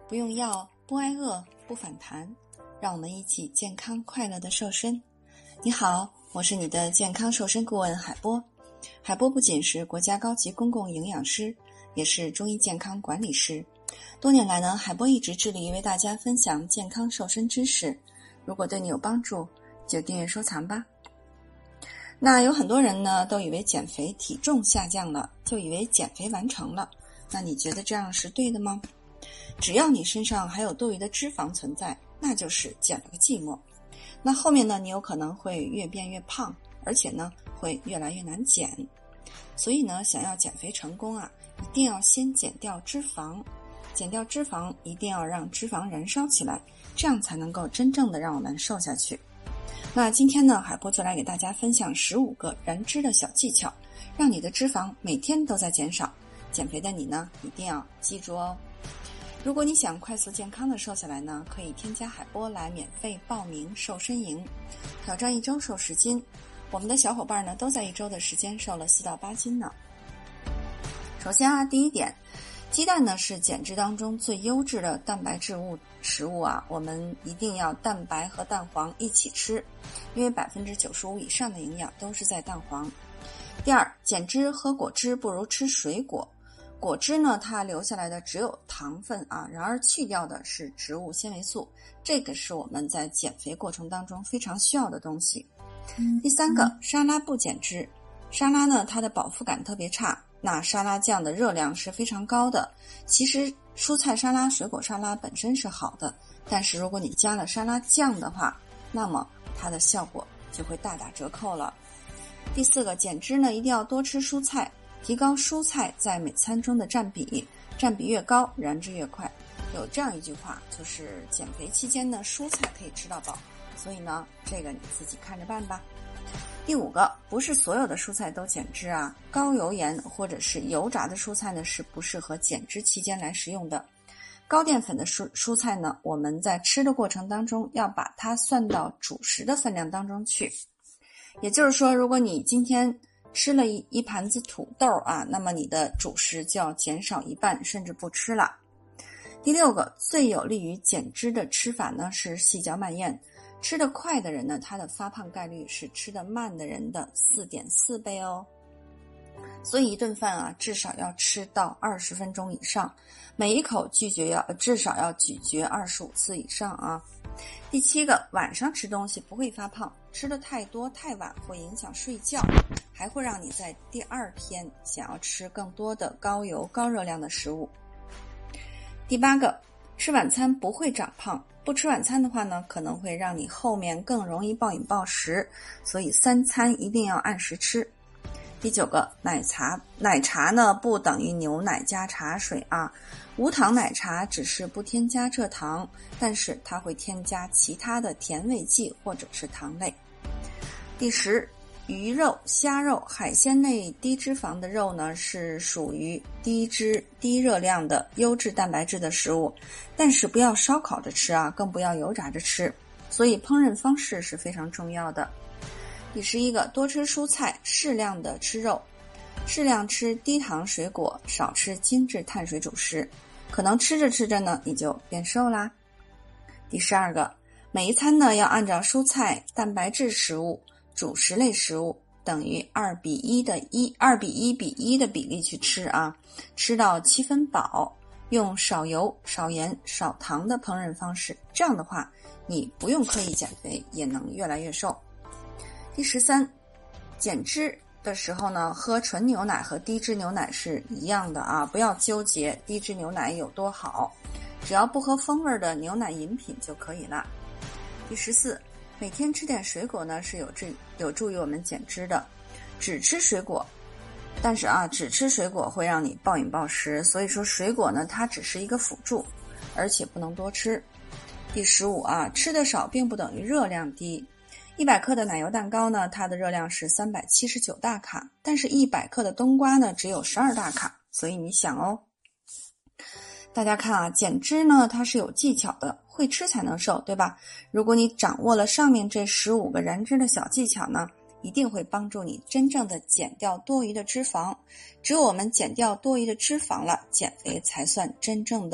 不用药，不挨饿，不反弹，让我们一起健康快乐的瘦身。你好，我是你的健康瘦身顾问海波。海波不仅是国家高级公共营养师，也是中医健康管理师。多年来呢，海波一直致力于为大家分享健康瘦身知识。如果对你有帮助，就订阅收藏吧。那有很多人呢都以为减肥体重下降了，就以为减肥完成了。那你觉得这样是对的吗？只要你身上还有多余的脂肪存在，那就是减了个寂寞。那后面呢，你有可能会越变越胖，而且呢会越来越难减。所以呢，想要减肥成功啊，一定要先减掉脂肪。减掉脂肪一定要让脂肪燃烧起来，这样才能够真正的让我们瘦下去。那今天呢，海波就来给大家分享15个燃脂的小技巧，让你的脂肪每天都在减少。减肥的你呢，一定要记住哦。如果你想快速健康的瘦下来呢，可以添加海波来免费报名瘦身营，挑战1周瘦10斤。我们的小伙伴呢，都在1周的时间瘦了4到8斤呢。首先啊，第一点，鸡蛋呢是减脂当中最优质的蛋白质食物啊，我们一定要蛋白和蛋黄一起吃，因为95%以上的营养都是在蛋黄。第二，减脂喝果汁不如吃水果。果汁呢，它留下来的只有糖分啊，然而去掉的是植物纤维素，这个是我们在减肥过程当中非常需要的东西。第三个，沙拉不减脂。沙拉呢，它的饱腹感特别差，那沙拉酱的热量是非常高的。其实蔬菜沙拉、水果沙拉本身是好的，但是如果你加了沙拉酱的话，那么它的效果就会大打折扣了。第四个，减脂呢，一定要多吃蔬菜，提高蔬菜在每餐中的占比越高，燃脂越快。有这样一句话，就是减肥期间呢，蔬菜可以吃到饱，所以呢，这个你自己看着办吧。第五个，不是所有的蔬菜都减脂啊，高油盐或者是油炸的蔬菜呢，是不适合减脂期间来食用的。高淀粉的蔬菜呢，我们在吃的过程当中要把它算到主食的分量当中去。也就是说，如果你今天吃了一盘子土豆啊，那么你的主食就要减少一半，甚至不吃了。第六个，最有利于减脂的吃法呢是细嚼慢咽。吃得快的人呢，他的发胖概率是吃得慢的人的4.4倍哦。所以一顿饭啊，至少要吃到20分钟以上，每一口至少要咀嚼25次以上啊。第七个，晚上吃东西不会发胖，吃得太多太晚会影响睡觉，还会让你在第二天想要吃更多的高油高热量的食物。第八个，吃晚餐不会长胖，不吃晚餐的话呢，可能会让你后面更容易暴饮暴食，所以3餐一定要按时吃。第9个，奶茶呢不等于牛奶加茶水啊，无糖奶茶只是不添加蔗糖，但是它会添加其他的甜味剂或者是糖类。第10，鱼肉、虾肉、海鲜类低脂肪的肉呢，是属于低脂低热量的优质蛋白质的食物，但是不要烧烤着吃啊，更不要油炸着吃，所以烹饪方式是非常重要的。第11个，多吃蔬菜，适量的吃肉，适量吃低糖水果，少吃精致碳水主食，可能吃着吃着呢，你就变瘦啦。第12个，每一餐呢要按照蔬菜、蛋白质食物、主食类食物等于2比1比1的比例去吃啊，吃到7分饱，用少油、少盐、少糖的烹饪方式，这样的话，你不用刻意减肥，也能越来越瘦。第13，减脂的时候呢，喝纯牛奶和低脂牛奶是一样的啊，不要纠结低脂牛奶有多好，只要不喝风味的牛奶饮品就可以了。第14，每天吃点水果呢是有助于我们减脂的，只吃水果，但是啊，只吃水果会让你暴饮暴食，所以说水果呢它只是一个辅助，而且不能多吃。第15啊，吃的少并不等于热量低。100克的奶油蛋糕呢，它的热量是379大卡，但是100克的冬瓜呢只有12大卡，所以你想哦。大家看啊，减脂呢它是有技巧的，会吃才能瘦，对吧？如果你掌握了上面这15个燃脂的小技巧呢，一定会帮助你真正的减掉多余的脂肪。只有我们减掉多余的脂肪了，减肥才算真正的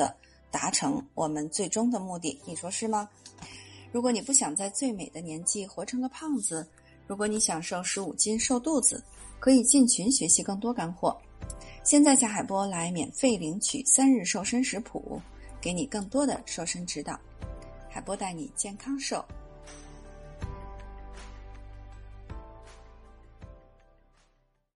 达成我们最终的目的，你说是吗？如果你不想在最美的年纪活成个胖子，如果你想瘦15斤瘦肚子，可以进群学习更多干货。现在加海波来免费领取3日瘦身食谱，给你更多的瘦身指导。海波带你健康瘦，